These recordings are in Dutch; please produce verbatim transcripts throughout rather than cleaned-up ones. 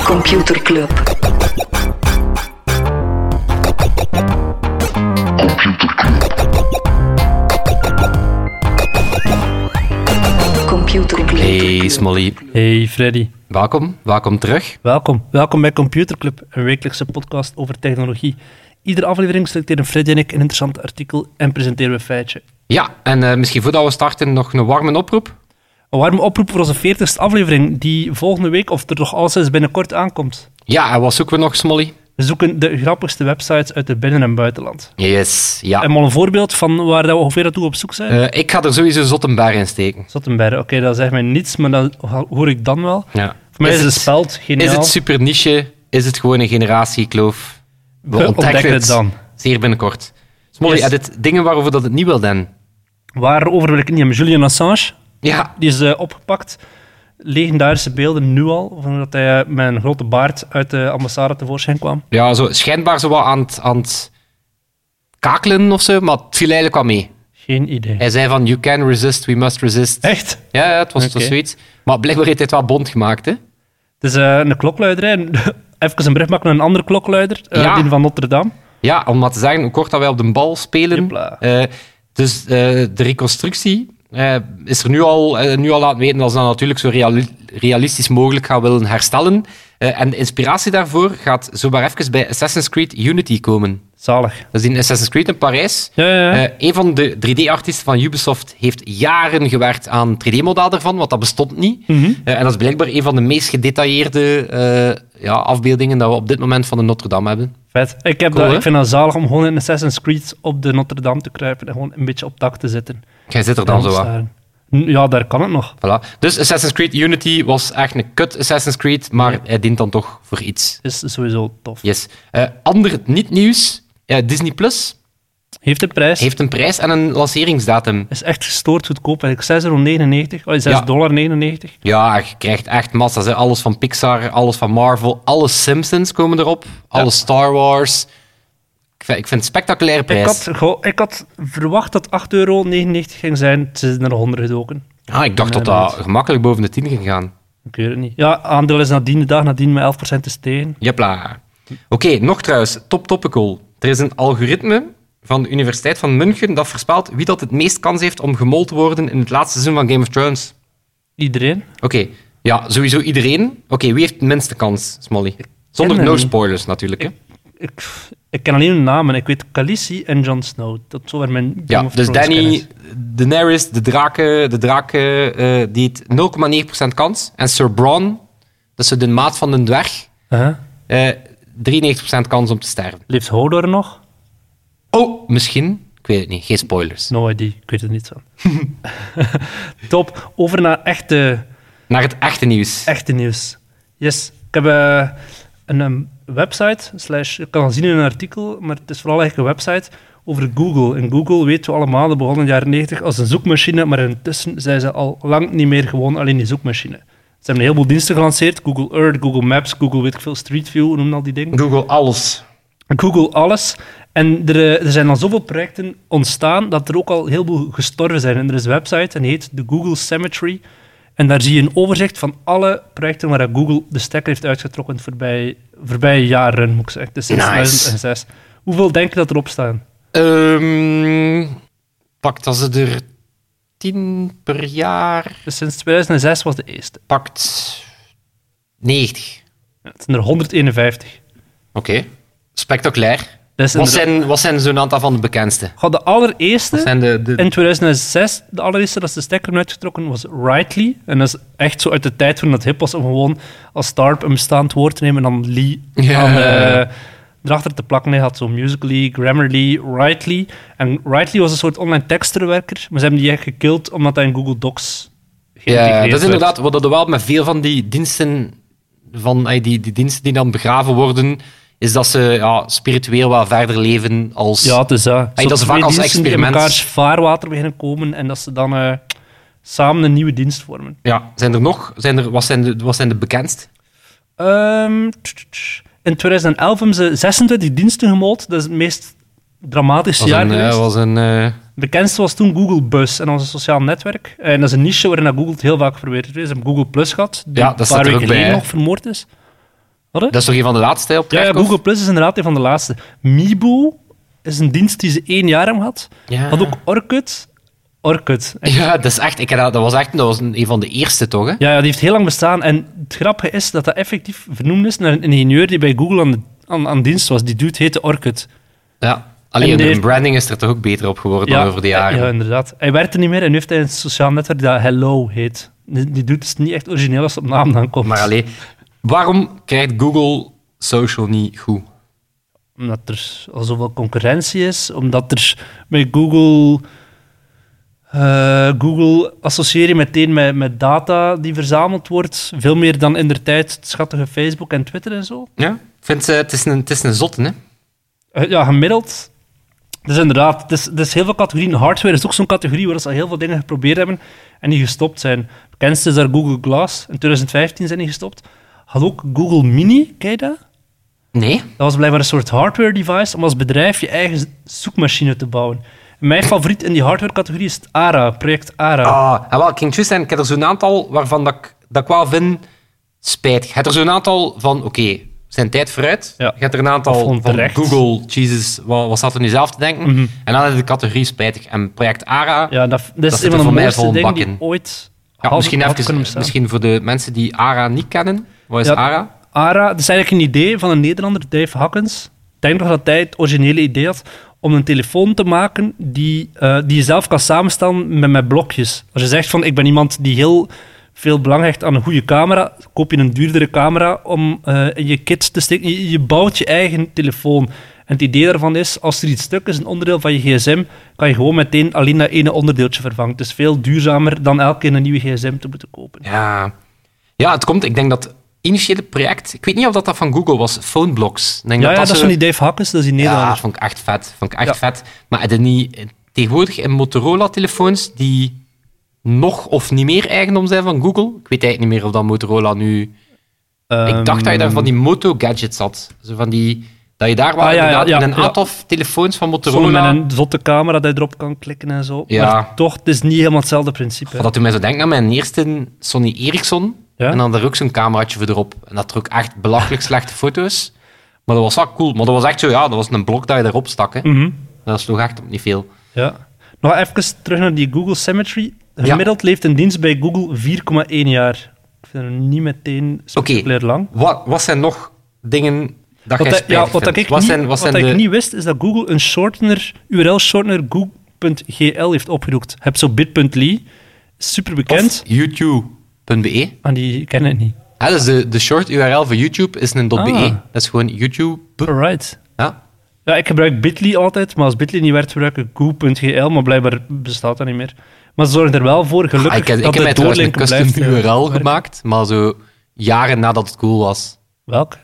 Computer Club. Computer Club. Hey Smolly. Hey Freddy. Welkom, welkom terug. Welkom. Welkom bij Computer Club, een wekelijkse podcast over technologie. Iedere aflevering selecteren Freddy en ik een interessant artikel en presenteren we een feitje. Ja, en uh, misschien voordat we starten nog een warme oproep. Een warme oproep voor onze veertigste aflevering, die volgende week, of er toch alles is, binnenkort aankomt. Ja, en wat zoeken we nog, Smolly? We zoeken de grappigste websites uit het binnen- en buitenland. Yes, ja. En maar een voorbeeld van waar dat we ongeveer naartoe op zoek zijn? Uh, ik ga er sowieso Zottenberg in steken. Zottenberg, oké, okay, dat zegt mij niets, maar dat hoor ik dan wel. Ja. Voor mij is, is het speld geniaal. Is het super niche? Is het gewoon een generatiekloof? We, we ontdekken het dan. Zeer binnenkort. Smolly, yes. Dit dingen waarover dat het niet wil dan? Waarover wil ik het niet hebben? Julian Assange. Ja. Die is uh, opgepakt. Legendarische beelden nu al, van dat hij uh, met een grote baard uit de ambassade tevoorschijn kwam. Ja, zo, schijnbaar zo wat aan het, aan het kakelen of zo, maar het viel eigenlijk wel mee. Geen idee. Hij zei van, you can resist, we must resist. Echt? Ja, ja het, was, okay. het was zoiets. Maar blijkbaar heeft hij het wel bond gemaakt, hè? Het is uh, een klokluider, hè. Even een brug maken naar een andere klokluider, uh, ja. die van Notre Dame. Ja, om maar te zeggen hoe kort dat wij op de bal spelen. Uh, dus uh, de reconstructie uh, is er nu al, uh, nu al laten weten dat ze dat natuurlijk zo reali- realistisch mogelijk gaan willen herstellen. Uh, en de inspiratie daarvoor gaat zo maar even bij Assassin's Creed Unity komen. Zalig. Dat is in Assassin's Creed in Parijs. Ja, ja, ja. Uh, een van de drie D-artiesten van Ubisoft heeft jaren gewerkt aan een drie D-model daarvan, want dat bestond niet. Mm-hmm. Uh, en dat is blijkbaar een van de meest gedetailleerde uh, ja, afbeeldingen dat we op dit moment van de Notre Dame hebben. Vet. Ik, heb Cool, dat, ik vind dat zalig om gewoon in Assassin's Creed op de Notre Dame te kruipen en gewoon een beetje op dak te zitten. Jij zit er dan zo aan. Ja, daar kan het nog. Voilà. Dus Assassin's Creed Unity was echt een kut Assassin's Creed, maar ja. Hij dient dan toch voor iets. Is sowieso tof. Yes. Uh, ander niet-nieuws. Uh, Disney Plus heeft een prijs. Heeft een prijs en een lanceringsdatum. Is echt gestoord goedkoop. zes euro negenennegentig. Oh, zes dollar negenennegentig. Ja, je krijgt echt massa's. Hè. Alles van Pixar, alles van Marvel, alle Simpsons komen erop. Alle ja. Star Wars. Ik vind, ik vind het een spectaculaire prijs. Ik had, goh, ik had verwacht dat acht euro negenennegentig ging zijn. Het is naar de honderd gedoken. Ah, ik dacht dat dat gemakkelijk boven de tien ging gaan. Ik weet het niet. Ja, aandeel is nadien de dag nadien met elf procent gestegen. Jepla. Oké, okay, nog trouwens. Top topical. Er is een algoritme van de Universiteit van München dat voorspelt wie dat het meest kans heeft om gemold te worden in het laatste seizoen van Game of Thrones. Iedereen? Oké, okay. Ja, sowieso iedereen. Oké, okay, wie heeft de minste kans, Smolly? Zonder no spoilers natuurlijk. Hè? Ik, ik, ik ken alleen hun namen. Ik weet Khaleesi en Jon Snow. Dat is zover mijn Game ja, of dus Thrones Danny, kennis. Daenerys, de draken, de draken uh, die heeft nul komma negen procent kans. En Sir Bronn, dat is de maat van een dwerg, uh-huh. uh, drieënnegentig procent kans om te sterven. Leeft Hodor nog? Oh, misschien. Ik weet het niet. Geen spoilers. No idea. Ik weet het niet zo. Top. Over naar echte... Naar het echte nieuws. Echte nieuws. Yes. Ik heb uh, een um, website, slash, ik kan al zien in een artikel, maar het is vooral eigenlijk een website over Google. En Google, weten we allemaal, dat begon in de jaren negentig als een zoekmachine, maar intussen zijn ze al lang niet meer gewoon alleen die zoekmachine. Ze hebben een heleboel diensten gelanceerd. Google Earth, Google Maps, Google weet ik veel, Street View, noem al die dingen. Google alles. Google alles. En er, er zijn al zoveel projecten ontstaan dat er ook al heel veel gestorven zijn. En er is een website en die heet de Google Cemetery. En daar zie je een overzicht van alle projecten waar Google de stekker heeft uitgetrokken voorbij, voorbij jaren, moet ik zeggen. Dus sinds nice. tweeduizend zes. Hoeveel denk je dat erop staan? Um, pakt als ze er tien per jaar... Dus sinds tweeduizend zes was de eerste. Pakt negentig. Ja, het zijn er honderdeenenvijftig. Oké. Okay. Spectaculair. Dus wat, zijn, wat zijn zo'n aantal van de bekendste? Goh, de allereerste, zijn de, de... in tweeduizend zes, de allereerste dat ze de stekker uitgetrokken was Writely. En dat is echt zo uit de tijd toen het hip was om gewoon als start-up een bestaand woord te nemen en dan Lee ja. aan de, erachter te plakken. Hij had zo Musical.ly, Grammarly, Writely. En Writely was een soort online tekstverwerker, maar ze hebben die echt gekild omdat hij in Google Docs geïntegreerd Ja, dat is inderdaad werd. wat er wel met veel van die diensten, van, die, die diensten die dan begraven worden, is dat ze ja, spiritueel wat verder leven als... Ja, het is dat. Hey, dat is vaak als experiment. Die in elkaars vaarwater beginnen komen en dat ze dan uh, samen een nieuwe dienst vormen. Ja, zijn er nog? Zijn er, wat, zijn de, wat zijn de bekendst? Um, in tweeduizend elf hebben ze zesentwintig diensten gemold. Dat is het meest dramatische was jaar een, geweest. Uh, was een... Uh... De bekendste was toen Google Buzz. En dat was een sociaal netwerk. En dat is een niche waarin Google het heel vaak verweerd heeft. Ze hebben Google Plus gehad, die ja, een paar weken geleden nog vermoord is. Wat, hè? Dat is toch een van de laatste op Ja, ja, Kerkhoff? Google Plus is inderdaad een van de laatste. Mibo is een dienst die ze één jaar hebben gehad. Ja. Had ook Orkut. Orkut. Echt. Ja, dat is echt... Ik, heb dat, dat was echt dat was een, een van de eerste, toch? Hè? Ja, ja, die heeft heel lang bestaan. En het grappige is dat dat effectief vernoemd is naar een ingenieur die bij Google aan, de, aan, aan dienst was. Die dude heette Orkut. Ja. Alleen En de die- branding is er toch ook beter op geworden dan over de jaren. Ja, inderdaad. Hij werkte niet meer en nu heeft hij een sociaal netwerk dat Hello heet. Die, die doet het niet echt origineel als het op naam dan komt. Maar alleen, waarom krijgt Google social niet goed? Omdat er al zoveel concurrentie is. Omdat er bij Google... eh, Google associeer je meteen met, met data die verzameld wordt. Veel meer dan in der tijd het schattige Facebook en Twitter en zo. Ja? Ik vind eh, het, is een, het is een zotte, hè? Eh, Ja, gemiddeld. Dus inderdaad, het is, het is heel veel categorieën. Hardware is ook zo'n categorie waar ze al heel veel dingen geprobeerd hebben en die gestopt zijn. Het bekendste is daar Google Glass. In twintig vijftien zijn die gestopt. Had ook Google Mini, ken je dat? Nee. Dat was blijkbaar een soort hardware device om als bedrijf je eigen zoekmachine te bouwen. En mijn favoriet in die hardware-categorie is het A R A, project A R A. Ah, en wel, ik ging juist zeggen, ik heb er zo'n aantal waarvan dat ik, dat ik wel vind spijtig. Je hebt er zo'n aantal van, oké, we zijn tijd vooruit. Ja. Je hebt er een Of aantal gewoon van terecht. Google, Jesus, wat, wat staat er nu zelf te denken? Mhm. En dan heb je de categorie spijtig. En project A R A, Ja, dat, dat dat is zit een er van voor de mij mooiste vol dingen bak die in. ooit ja, had- misschien, had even, kunnen bestaan. misschien voor de mensen die A R A niet kennen. Wat is Ja. A R A? A R A, dat is eigenlijk een idee van een Nederlander, Dave Hakkens. Ik denk nog dat hij het originele idee had om een telefoon te maken die, eh, die je zelf kan samenstellen met, met blokjes. Als je zegt van, ik ben iemand die heel veel belang hecht aan een goede camera, koop je een duurdere camera om eh, in je kit te steken. Je, je bouwt je eigen telefoon. En het idee daarvan is, als er iets stuk is, een onderdeel van je gsm, kan je gewoon meteen alleen dat ene onderdeeltje vervangen. Het is veel duurzamer dan elke keer een nieuwe gsm te moeten kopen. Ja. Ja, het komt, ik denk dat initiële project, ik weet niet of dat, dat van Google was, Phoneblocks. Ik denk Ja, ja, dat, zo- is van die Dave Hakkens, dat is die Ja, Nederlander. dat vond ik echt vet. Vond ik echt Ja. vet. Maar heb je niet tegenwoordig in Motorola-telefoons die nog of niet meer eigendom zijn van Google? Ik weet eigenlijk niet meer of dat Motorola nu... ik dacht dat je daar van die Moto-gadgets had. Zo van die... Dat je daar wel Ah, ja, ja, inderdaad ja, in een ja. aantal telefoons van Sommige Motorola... met een zotte camera dat je erop kan klikken en zo. Ja. Maar toch, het is niet helemaal hetzelfde principe. Dat doet mij zo denken aan mijn eerste Sony Ericsson. Ja? En dan daar ook zo'n cameraatje voor erop. En dat trok echt belachelijk slechte foto's. Maar dat was wel cool. Maar dat was echt zo, ja, dat was een blok dat je erop stak. Hè. Mhm. Dat sloeg echt op niet veel. Ja. Nog even terug naar die Google Symmetry. Gemiddeld leeft een dienst bij Google vier komma één jaar. Ik vind het niet meteen spectaculair lang. Wat, wat zijn nog dingen dat Wat, jij dat, ja, spijtig wat dat vindt? ik, Wat niet, zijn, wat wat zijn dat de... ik niet wist, is dat Google een shortener, U R L-shortener google punt g l heeft opgedoekt. Je hebt zo bit punt l y, super bekend. Of youtube punt b e. Ah, die ken ik niet. Ja, dus de, de short U R L voor YouTube is een Ah. .be. Dat is gewoon YouTube. Alright. Ja. Ja, ik gebruik Bitly altijd, maar als Bitly niet werkt, gebruik ik goo punt g l, maar blijkbaar bestaat dat niet meer. Maar ze zorgen er wel voor, gelukkig, Ah, ik heb, ik dat heb mij de trouwens een doorlinken custom blijft, U eh, R L werken. gemaakt, maar zo jaren nadat het cool was. Welk?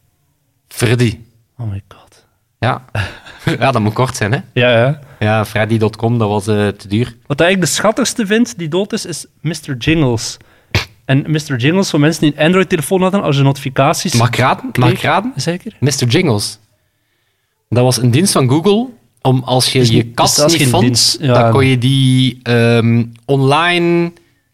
Freddy. Oh my god. Ja. Ja, dat moet kort zijn, hè. Ja, ja. Ja, freddy punt com, dat was eh, te duur. Wat ik de schattigste vind die dood is, is mister Jingles. En mister Jingles, voor mensen die een Android-telefoon hadden, als je notificaties... Mag ik raden? Mag ik kreeg- raden? Zeker? mister Jingles. Dat was een dienst van Google om als je Is je niet- kat dat is niet geen vond, dienst, ja. dan kon je die ehm, online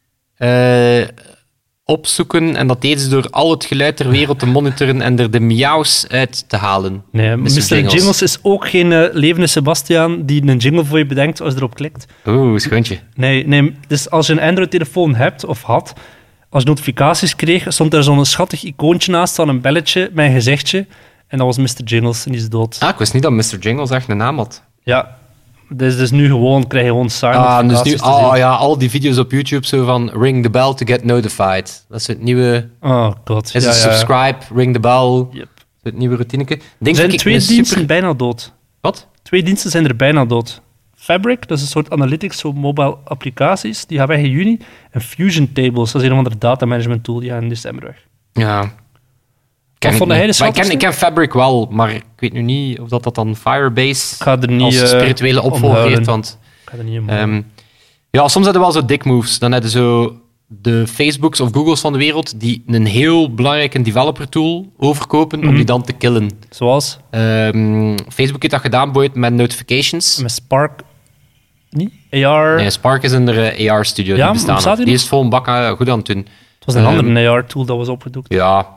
eh, opzoeken en dat deden ze door al het geluid ter wereld te monitoren en er de miauws uit te halen. Nee, mister Jingles. is ook geen eh, levende Sebastiaan die een jingle voor je bedenkt als je erop klikt. Oeh, schoontje. Nee, nee, dus als je een Android-telefoon hebt of had, als je notificaties kreeg, stond er zo'n schattig icoontje naast van een belletje met een gezichtje. En dat was mister Jingles en die is dood. Ah, ik wist niet dat mister Jingles echt een naam had. Ja, dus, dus nu gewoon krijg je gewoon silent Ah, dus nu, notificaties te oh zien. ja, al die video's op YouTube zo van ring the bell to get notified. Dat is het nieuwe... Oh god. Is ja, het ja. subscribe, ring the bell, Yep. het nieuwe routineke. Er Denk zijn ik twee een diensten super... bijna dood. Wat? Twee diensten zijn er bijna dood. Fabric, dat is een soort analytics, zo mobile applicaties, die gaan weg in juni. En Fusion Tables, dat is een of ander datamanagement tool, die gaat in december weg. Ja. Ken Wat ik vond jij niet. de Maar ik ken, schattigste? ik ken Fabric wel, maar ik weet nu niet of dat, dat dan Firebase Ik ga er niet als eh, spirituele opvolger omhuilen. heeft. Want Ik ga er niet om. ehm, ja, soms hebben we wel zo dick moves. Dan hebben zo de Facebooks of Googles van de wereld die een heel belangrijke developer tool overkopen om Mhm. die dan te killen. Zoals Ehm, Facebook heeft dat gedaan bijvoorbeeld met notifications. met Spark. Niet? A R. Nee, Spark is een eh, A R-studio Ja, die bestaan. bestaat die Die nog? is vol een bak aan- goed aan het doen. Het was een Ehm, andere A R-tool dat was opgedoekt. Ja.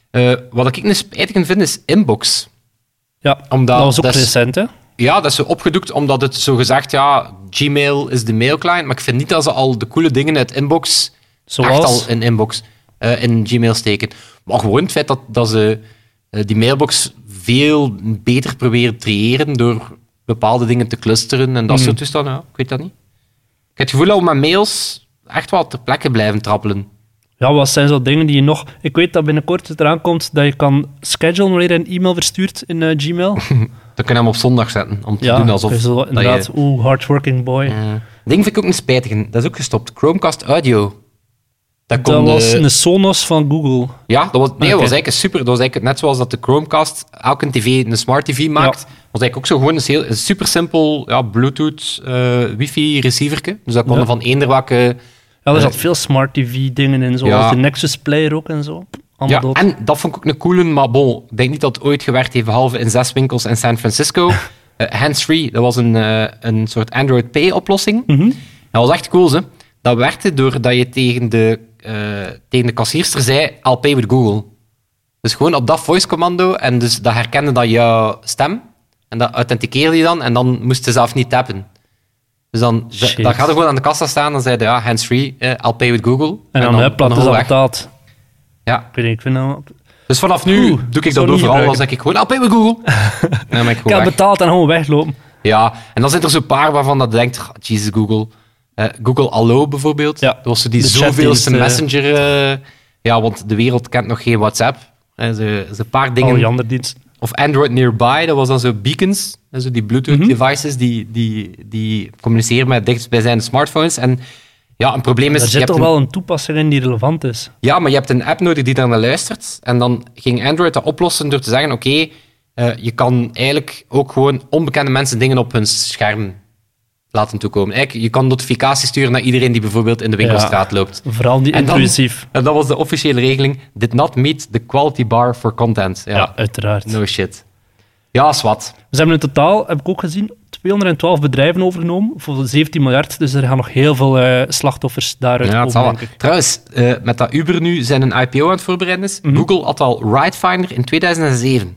Uh, wat ik een spijtige vind, is Inbox. Ja, omdat, dat was ook dat is, recent, hè? Ja, dat is zo opgedoekt omdat het zo gezegd, ja, Gmail is de mailclient, maar ik vind niet dat ze al de coole dingen uit Inbox Zoals? echt al in Inbox, uh, in Gmail steken. Maar gewoon het feit dat, dat ze uh, die mailbox veel beter proberen te creëren door bepaalde dingen te clusteren en dat mm. soort toestanden. Ja, ik weet dat niet. Ik heb het gevoel dat we met mails echt wel ter plekke blijven trappelen. Ja, wat zijn zo dingen die je nog... Ik weet dat binnenkort het eraan komt dat je kan schedulen wanneer je een e-mail verstuurt in uh, Gmail. Dan kun je hem op zondag zetten, om te ja, doen alsof... Zo, inderdaad, je... oeh, hardworking boy. Uh, ding vind ik ook een spijtige. Dat is ook gestopt. Chromecast Audio. Dat, dat was uh... een Sonos van Google. Ja, dat was, nee, okay. dat was eigenlijk super. Dat was eigenlijk net zoals dat de Chromecast elke tv een smart tv maakt. Ja. was eigenlijk ook zo gewoon een, heel, een super simpel ja, Bluetooth uh, wifi receiverke. Dus dat kon ja. van eender welke... Ja, er zat uh, veel smart tv dingen in, zoals ja. de Nexus Player ook en zo. Ja, dood. En dat vond ik ook een coole, maar bon, ik denk niet dat het ooit gewerkt heeft, behalve in zes winkels in San Francisco. uh, Hands-free, dat was een, uh, een soort Android Pay-oplossing. Mm-hmm. Dat was echt cool, hè. Dat werkte doordat je tegen de, uh, tegen de kassierster zei, I'll pay with Google. Dus gewoon op dat voice-commando, en dus dat herkende dat jouw stem, en dat authenticeerde je dan, en dan moest je zelf niet tappen. Dus dan, z- dan gaat er gewoon aan de kassa staan, dan zei je, ja, hands-free, uh, I'll pay with Google. En, en dan, dan heb je dat betaald. Ja. Ik weet niet, ik vind dat... Dus vanaf nu Oeh, doe ik dat overal, dan zeg ik gewoon, I'll pay with Google. En dan ben ik ik heb betaald en gewoon weglopen. Ja, en dan zijn er zo'n paar waarvan dat denkt, oh, Jesus, Google. Uh, Google Allo bijvoorbeeld. Ja, dat was zo die zoveelste messenger. Uh, ja, want de wereld kent nog geen WhatsApp. Uh, ze, ze een paar dingen... Al die andere diensten. Of Android Nearby, dat was dan zo beacons. Zo die Bluetooth-devices mm-hmm. die, die, die communiceren met dichtstbijzijnde smartphones. En ja, een probleem is... Er zit toch een... wel een toepassing in die relevant is. Ja, maar je hebt een app nodig die daar naar luistert. En dan ging Android dat oplossen door te zeggen, oké, okay, uh, je kan eigenlijk ook gewoon onbekende mensen dingen op hun scherm laten toekomen. Eigenlijk, je kan notificaties sturen naar iedereen die bijvoorbeeld in de winkelstraat ja, loopt. Vooral niet intrusief. En dat was de officiële regeling. Did not meet the quality bar for content. Ja, ja uiteraard. No shit. Ja, zwart. We hebben in totaal, heb ik ook gezien, tweehonderdtwaalf bedrijven overgenomen voor zeventien miljard. Dus er gaan nog heel veel uh, slachtoffers daaruit ja, komen, denk ik. Trouwens, uh, met dat Uber nu zijn een I P O aan het voorbereiden is. Mm-hmm. Google had al Ridefinder in tweeduizend zeven.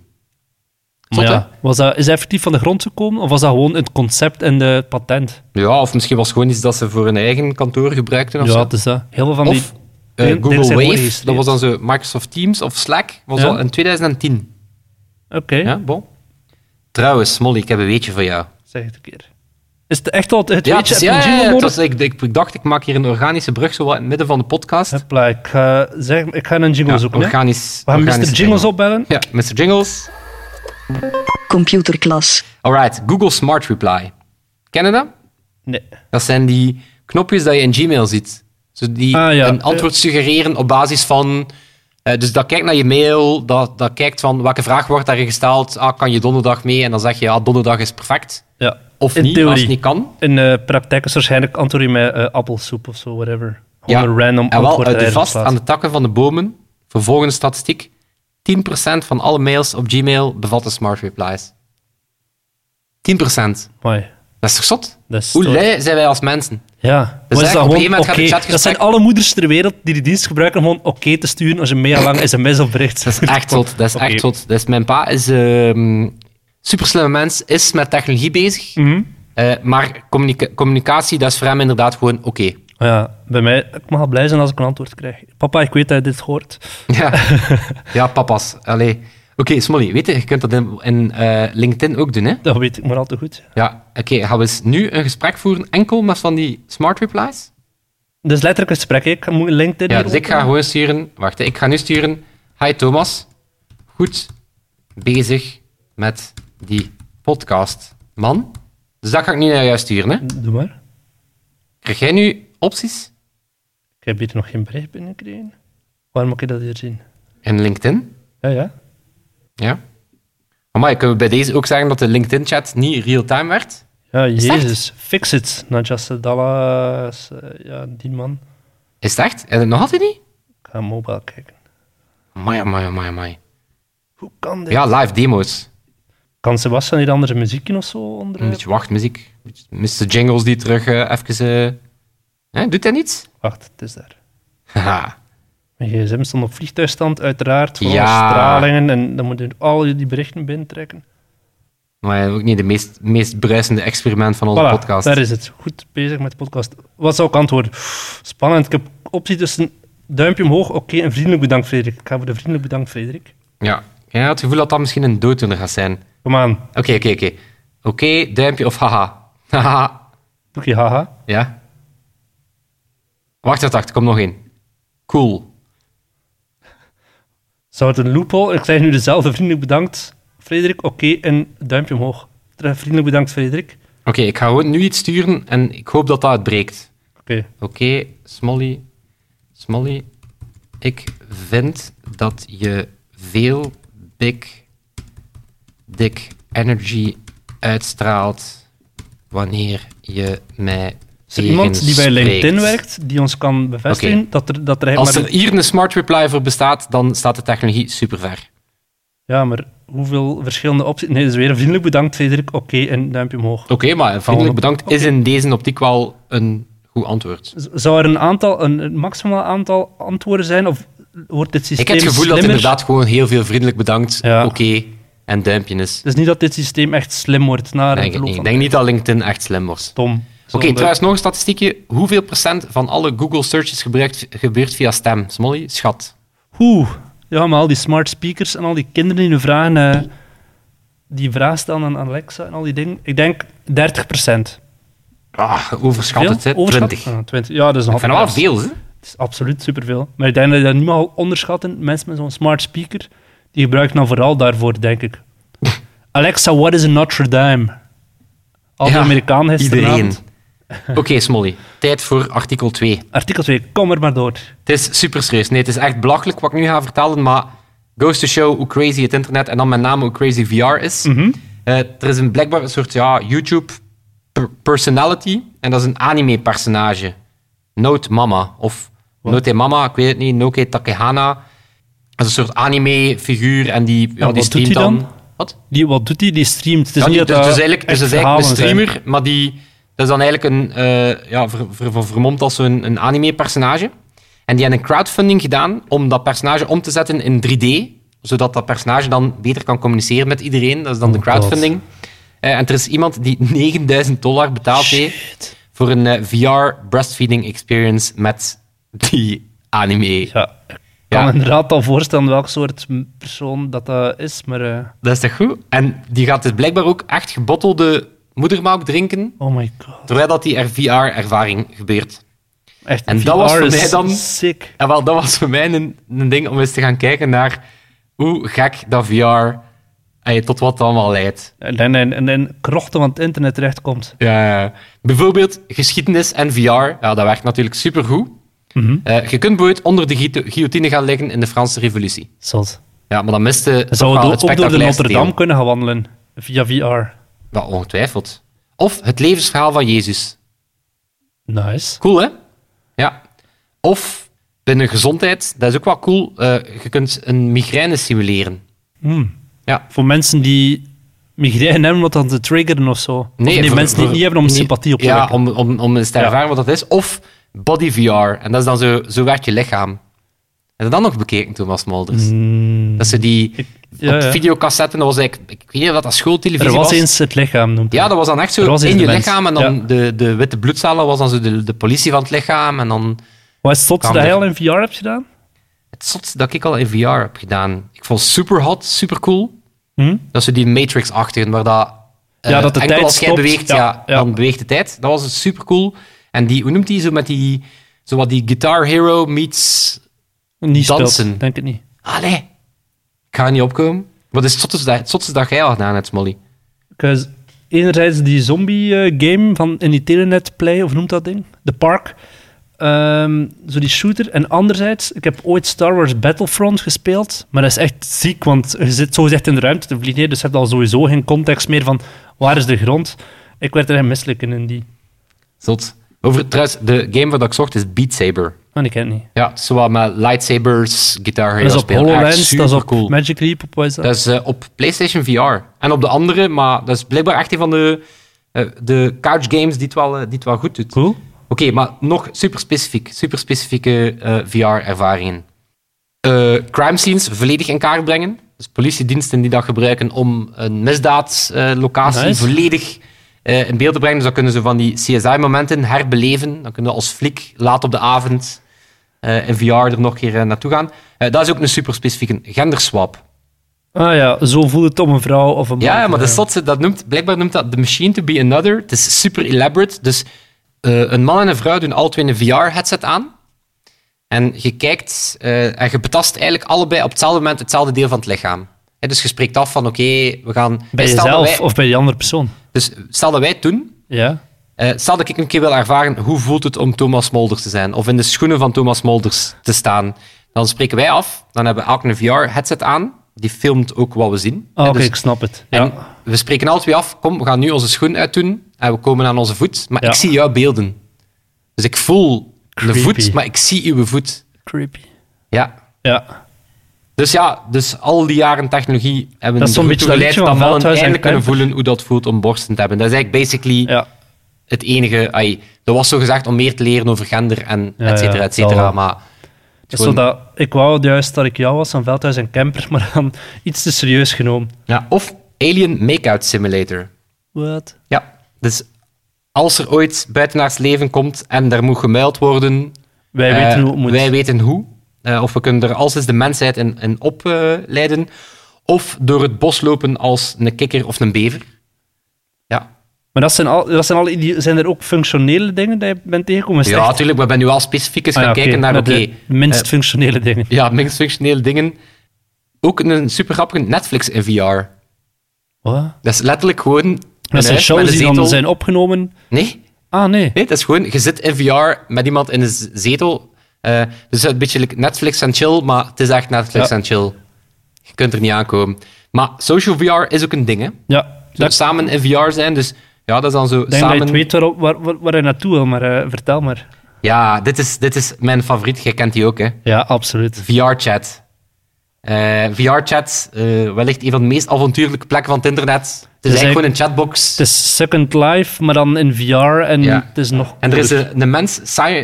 Zot, ja, was dat, is dat effectief van de grond gekomen? Of was dat gewoon het concept en de patent? Ja, of misschien was het gewoon iets dat ze voor hun eigen kantoor gebruikten. Of ja, zo. het is dat. Heel veel van of, die... Uh, Google Wave, dat was dan zo Microsoft Teams of Slack, was ja. al in tweeduizend tien. Oké. Okay. Ja, bon. Trouwens, Molly, ik heb een weetje voor jou. Zeg het een keer. Is het echt al het ja, weetje? Het is, ja, ja, ja, het was, ik, ik, ik dacht, ik maak hier een organische brug zo wat in het midden van de podcast. Hopla, ik ga, zeg, ik ga een jingle ja, zoeken. Organisch, We gaan mister Jingles jingle. opbellen. Ja, mister Jingles. Computerklas. Alright, Google Smart Reply. Ken je dat? Nee. Dat zijn die knopjes dat je in Gmail ziet. Zo die ah, ja. een antwoord suggereren op basis van... Uh, dus dat kijkt naar je mail, dat, dat kijkt van welke vraag wordt daarin gesteld. Ah, kan je donderdag mee? En dan zeg je, ja, donderdag is perfect. Ja. Of in niet, theorie. als het niet kan. In uh, praktijk is waarschijnlijk antwoord je met uh, appelsoep of zo, whatever. Gewoon ja. een random en wel, antwoord. En wel, vast aan de takken van de bomen, voor volgende statistiek, tien procent van alle mails op Gmail bevatten smart replies. tien procent. Mooi. Dat is toch zot? Dat is Hoe toch... lui zijn wij als mensen? Ja. Dus is dat, op een gewoon, gegeven moment okay. gaat de dat zijn alle moeders ter wereld die die dienst gebruiken om gewoon oké okay te sturen als je mega lang sms of bericht. Dat is echt zot. Dat is okay. echt zot. Dus mijn pa is een uh, super slimme mens, is met technologie bezig. Mm-hmm. Uh, maar communica- communicatie, dat is voor hem inderdaad gewoon oké. Okay. Ja, bij mij, ik mag blij zijn als ik een antwoord krijg. Papa, ik weet dat je dit hoort. Ja, ja papa's. Allee. Oké, okay, Smolly, weet je, je kunt dat in, in uh, LinkedIn ook doen, hè? Dat weet ik maar al te goed. Ja, oké, okay, gaan we eens nu een gesprek voeren, enkel met van die smart replies? Dus letterlijk een gesprek, ik moet LinkedIn... Ja, dus ik ga gewoon sturen... Wacht, ik ga nu sturen... Hi Thomas, goed bezig met die podcast, man. Dus dat ga ik nu naar jou sturen, hè? Doe maar. Krijg jij nu opties? Ik heb hier nog geen bericht binnengekregen. Waar moet ik dat hier zien? In LinkedIn? Ja, ja. Ja. Maar kunnen we bij deze ook zeggen dat de LinkedIn-chat niet real-time werd? Ja, jezus. Fix it. Not just a dollar. Ja, die man. Is het echt? Is het nog altijd niet? Ik ga mobile kijken. Amai, amai, amai, amai. Hoe kan dit? Ja, live demo's. Kan Sebastian hier andere muziekje of zo onder? Een beetje wachtmuziek. mister Jingles die terug uh, even... Uh... Eh, doet hij niets? Wacht, het is daar. Haha. Mijn gsm stond op vliegtuigstand, uiteraard. Voor Ja. alle stralingen. En dan moet je al die berichten binnentrekken. Maar ook niet de meest, meest bruisende experiment van onze Voilà, podcast. daar is het. Goed bezig met de podcast. Wat zou ik antwoorden? Spannend. Ik heb optie tussen duimpje omhoog, oké, okay, en vriendelijk bedankt, Frederik. Ik ga voor de vriendelijk bedankt, Frederik. Ja, ik heb het gevoel dat dat misschien een dooddoener gaat zijn. Kom aan. Oké, oké, oké. Oké, duimpje of haha. Haha. Oké, okay, haha. Ja. Wacht, wacht, wacht. Kom nog één. Cool. Zou het een loophole? Ik zeg nu dezelfde vriendelijk bedankt, Frederik. Oké, okay, en duimpje omhoog. Terug vriendelijk bedankt, Frederik. Oké, okay, ik ga gewoon nu iets sturen en ik hoop dat dat uitbreekt. Oké. Okay. Oké, okay, Smolly. Smolly. Ik vind dat je veel big dick energy uitstraalt wanneer je mij Is er iemand die bij LinkedIn werkt, die ons kan bevestigen okay. dat er, dat er... Als er hier een smart reply voor bestaat, dan staat de technologie super ver. Ja, maar hoeveel verschillende opties... Nee, dus weer een vriendelijk bedankt, Frederik. Oké, okay, en duimpje omhoog. Oké, okay, maar vriendelijk bedankt okay. is in deze optiek wel een goed antwoord. Zou er een aantal, een, een maximaal aantal antwoorden zijn, of wordt dit systeem Ik heb het gevoel slimmer? dat inderdaad gewoon heel veel vriendelijk bedankt, ja. oké, okay, en duimpje is. Het is niet dat dit systeem echt slim wordt na denk het verloop niet. van Ik denk niet dat LinkedIn echt slim wordt. Tom. Oké, okay, trouwens nog een statistiekje. Hoeveel procent van alle Google searches gebruikt, gebeurt via stem? Smolly, schat. Oeh, ja, maar al die smart speakers en al die kinderen die nu vragen, uh, die vraag stellen aan Alexa en al die dingen. Ik denk dertig procent. Ah, overschat het, hè? Overschat? twintig. Ah, twintig. Ja, dat is nog ik vind wel veel, hè? Het is absoluut superveel. Maar ik denk dat je dat niet mag onderschatten. Mensen met zo'n smart speaker, die gebruiken dan vooral daarvoor, denk ik. Alexa, what is a Notre Dame? Al die ja, Amerikanen iedereen. Oké, okay, Smolly. Tijd voor artikel twee. Artikel twee, kom er maar door. Het is super serieus. Nee, het is echt belachelijk wat ik nu ga vertellen, maar goes to show hoe crazy het internet en dan met name hoe crazy V R is. Mm-hmm. Uh, er is een blijkbaar een soort ja, YouTube per- personality en dat is een anime-personage. Note Mama of What? Note Mama, ik weet het niet, Noke Takehana. Dat is een soort anime-figuur en die, ja, ja, die streamt dan. dan... Wat? Die, wat doet hij? Die streamt. Het is ja, niet die, dat dus, dat dus eigenlijk, dus is eigenlijk een streamer, zijn. maar die... Dat is dan eigenlijk een, uh, ja, ver, ver, ver, vermomd als een, een anime-personage. En die hebben een crowdfunding gedaan om dat personage om te zetten in drie D, zodat dat personage dan beter kan communiceren met iedereen. Dat is dan oh de crowdfunding. Uh, en er is iemand die negenduizend dollar betaald heeft voor een uh, V R breastfeeding experience met die anime. Ja, ik kan ja. inderdaad al voorstellen welk soort persoon dat, dat is, maar... Uh... Dat is toch goed? En die gaat dus blijkbaar ook echt gebottelde moedermelk drinken, oh my god. terwijl dat die V R-ervaring gebeurt. Echt, en V R dat was voor mij dan... Sick. En wel, dat was voor mij een, een ding om eens te gaan kijken naar hoe gek dat V R... Ay, tot wat het allemaal leidt. En in, in, in krochten van het internet terechtkomt. Ja, bijvoorbeeld geschiedenis en V R. Ja, dat werkt natuurlijk supergoed. Mm-hmm. Uh, je kunt bijvoorbeeld onder de guillotine gaan liggen in de Franse revolutie. Zot. Ja, maar dan miste... Zou het ook door de Notre Dame kunnen gaan wandelen via V R? Ja, ongetwijfeld. Of het levensverhaal van Jezus. Nice. Cool, hè? Ja. Of binnen gezondheid, dat is ook wel cool, uh, je kunt een migraine simuleren. Mm. Ja. Voor mensen die migraine hebben, wat dan te triggeren of zo. Nee, of die voor, mensen die voor, niet hebben om niet, sympathie op te ja, wekken. om, om, om eens te ervaren ja. wat dat is. Of body V R. En dat is dan zo, zo werkt je lichaam. Heb je dat nog bekeken, Thomas Molders? Mm. Dat ze die... Ik, ja, op ja. videocassetten, dat was eigenlijk... Ik weet niet of dat schooltelevisie was. Er was eens het lichaam, noemt Ja, dat was dan echt zo in je lichaam. En dan ja. de, de witte bloedcellen was dan zo de, de politie van het lichaam. En dan... Wat is het zotste dat je al in V R hebt gedaan? Het zotste dat ik al in V R heb gedaan. Ik vond super hot, super cool. Hm? Dat is die Matrix-achtige, waar dat... Uh, ja, dat de enkel tijd als jij stopt. beweegt, ja, ja, ja. dan beweegt de tijd. Dat was super cool. En die, hoe noemt die zo met die... Zo wat die Guitar Hero meets... Niet dansen. Speelt, denk ik niet. Allee. Ik ga er niet opkomen. Wat is het zotste dat, het zotste dat jij al gedaan hebt, Smolly? Because enerzijds die zombie-game uh, van in die Telenet Play, of noemt dat ding? The Park. Um, zo die shooter. En anderzijds, ik heb ooit Star Wars Battlefront gespeeld, maar dat is echt ziek, want je zit zo gezegd in de ruimte te vliegen, dus je hebt al sowieso geen context meer van waar is de grond. Ik werd er echt misselijk in, in die. Zot. Over, trouwens, de game waar ik zocht is Beat Saber. Oh, ik ken het niet. Ja, het is zo wat met lightsabers, Guitar Hero dat is op spelen. HoloLens, dat is op cool. Magic Leap, op wat is dat? Dat is uh, op PlayStation V R. En op de andere, maar dat is blijkbaar echt een van de, uh, de couch games die het wel, uh, die het wel goed doet. Cool. Oké, okay, maar nog super specifiek, super specifieke uh, V R-ervaringen. uh, crime scenes volledig in kaart brengen. Dus politiediensten die dat gebruiken om een misdaadlocatie uh, nice. volledig uh, in beeld te brengen. Dus dan kunnen ze van die C S I-momenten herbeleven. Dan kunnen we als flik laat op de avond uh, in V R er nog een keer uh, naartoe gaan. Uh, dat is ook een super specifieke genderswap. Ah ja, zo voelt het om een vrouw of een man. Ja, maar de stotse, dat noemt, blijkbaar noemt dat The Machine to be Another. Het is super elaborate. Dus uh, een man en een vrouw doen alle twee een V R-headset aan. En je kijkt uh, en je betast eigenlijk allebei op hetzelfde moment hetzelfde deel van het lichaam. He, dus je spreekt af van, oké, okay, we gaan... Bij jezelf wij, of bij die andere persoon? Dus stel dat wij het doen. Ja. Uh, stel dat ik een keer wil ervaren, hoe voelt het om Thomas Molders te zijn? Of in de schoenen van Thomas Molders te staan. Dan spreken wij af. Dan hebben we elk een V R-headset aan. Die filmt ook wat we zien. Oh, oké, okay, dus, ik snap het. Ja. En we spreken alle twee af, kom, we gaan nu onze schoen uitdoen. En we komen aan onze voet. Maar ja. ik zie jouw beelden. Dus ik voel... Creepy. Een voet, maar ik zie uw voet. Creepy. Ja. Ja. Dus ja, dus al die jaren technologie hebben dat is zo'n beetje geleid dat mannen eindelijk kunnen voelen hoe dat voelt om borsten te hebben. Dat is eigenlijk basically ja. het enige... Ay, dat was zo gezegd om meer te leren over gender en ja, et cetera, et cetera. Ja, maar gewoon... dat, ik wou juist dat ik jou was van Veldhuis en Kemper, maar dan iets te serieus genomen. Ja, of Alien Makeout Simulator. Wat? Ja, dus... Als er ooit buitenaards leven komt en er moet gemuild worden... Wij uh, weten hoe het moet. Wij weten hoe. Uh, of we kunnen er als is de mensheid in, in opleiden. Uh, of door het bos lopen als een kikker of een bever. Ja. Maar dat zijn, al, dat zijn, al, zijn er ook functionele dingen die je bent tegengekomen? Ja, natuurlijk. Maar ik ben nu al specifiek eens ah, gaan ja, kijken okay. naar... de Okay, minst uh, functionele dingen. Ja, minst functionele dingen. Ook een super grappige Netflix in V R. Wat? Dat is letterlijk gewoon... Dat zijn shows die dan zijn opgenomen? Nee. Ah, nee. Nee, dat is gewoon... Je zit in V R met iemand in een zetel. Uh, dus een beetje like Netflix en chill, maar het is echt Netflix ja. en chill. Je kunt er niet aankomen. Maar social V R is ook een ding, hè. Ja. Zo dat... samen in V R zijn, dus ja, dat is dan zo ik denk samen... dat je weet waar, waar, waar, waar je naartoe wil, maar uh, vertel maar. Ja, dit is, dit is mijn favoriet. Jij kent die ook, hè. Ja, absoluut. V R-chat. Uh, V R-chat, uh, wellicht een van de meest avontuurlijke plekken van het internet. Het is eigenlijk gewoon een chatbox. Het is Second Life, maar dan in V R en ja. het is nog... En er is een, een mens,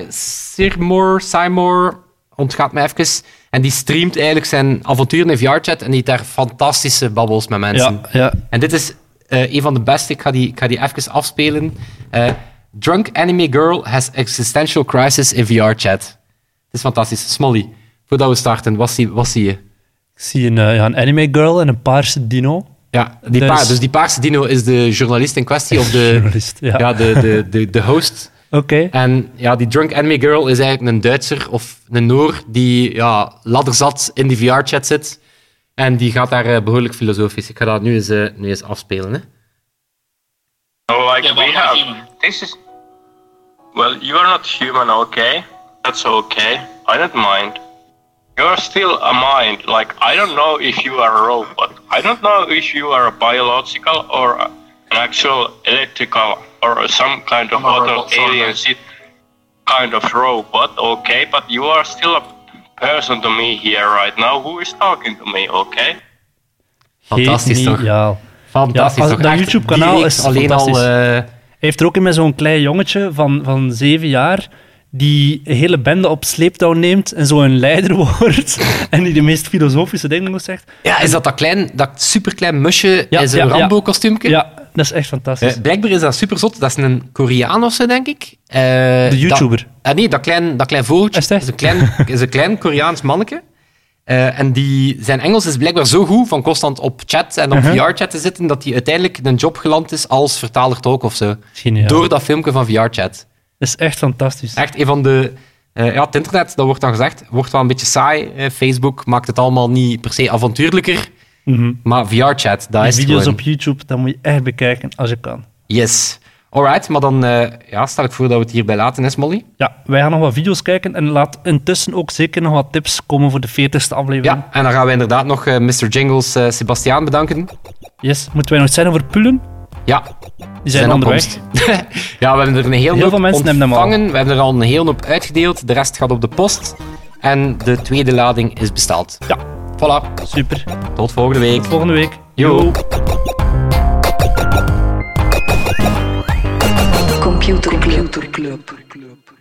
Seymour, Seymour, ontgaat me even, en die streamt eigenlijk zijn avonturen in V R-chat en die heeft daar fantastische babbels met mensen. Ja, ja. En dit is uh, een van de beste, ik ga die, ik ga die even afspelen. Uh, Drunk anime girl has existential crisis in V R-chat. Het is fantastisch. Smolly, voordat we starten, wat zie, wat zie je? Ik zie een, uh, ja, een anime girl en een paarse dino. Ja, die dus... Pa- dus die paarse dino is de journalist in kwestie, of de, journalist, ja. Ja, de, de, de, de host. Oké. Okay. En ja, die drunk anime girl is eigenlijk een Duitser of een Noor die ja, ladderzat in die V R-chat zit. En die gaat daar uh, behoorlijk filosofisch. Ik ga dat nu eens, uh, nu eens afspelen. Hè. Oh, like we have... This is... Well, you are not human, okay? That's okay. I don't mind. You're still a mind. Like, I don't know if you are a robot. I don't know if you are a biological or an actual electrical or some kind of other alien kind of robot, okay? But you are still a person to me here right now who is talking to me, okay? Fantastisch toch? Ja. Fantastisch ja, toch? Dat YouTube-kanaal is alleen al... Uh... Hij heeft er ook in met zo'n klein jongetje van, van zeven jaar... die een hele bende op sleeptouw neemt en zo een leider wordt en die de meest filosofische dingen zegt. Ja, is dat dat, klein, dat superklein musje ja, in zijn ja, Rambo-kostuumke? Ja, dat is echt fantastisch. Uh, blijkbaar is dat superzot. Dat is een Koreaan of zo, denk ik. Uh, de YouTuber. Dat, uh, nee, dat klein, dat klein vogeltje. Is, is, een klein, is een klein Koreaans manneke. Uh, en die, zijn Engels is blijkbaar zo goed van constant op chat en op uh-huh. V R-chat te zitten, dat hij uiteindelijk een job geland is als vertaler-tolk of zo. Geniaal. Door dat filmpje van V R-chat. Dat is echt fantastisch. Echt een van de... Uh, ja, het internet, dat wordt dan gezegd, wordt wel een beetje saai. Uh, Facebook maakt het allemaal niet per se avontuurlijker. Mm-hmm. Maar V R-chat, dat die is video's gewoon... op YouTube, dat moet je echt bekijken als je kan. Yes. Alright, maar dan uh, ja, stel ik voor dat we het hierbij laten, is Molly? Ja, wij gaan nog wat video's kijken en laat intussen ook zeker nog wat tips komen voor de veertigste aflevering. Ja, en dan gaan we inderdaad nog uh, mister Jingles uh, Sebastiaan bedanken. Yes, moeten wij nog zijn over Pullen? Ja. Die zijn onderweg. Ja, we hebben er een heel, heel hoop veel mensen ontvangen. We hebben er al een heel hoop uitgedeeld. De rest gaat op de post. En de tweede lading is besteld. Ja. Voilà. Super. Tot volgende week. Tot volgende week. Yo. Yo. Computer Club.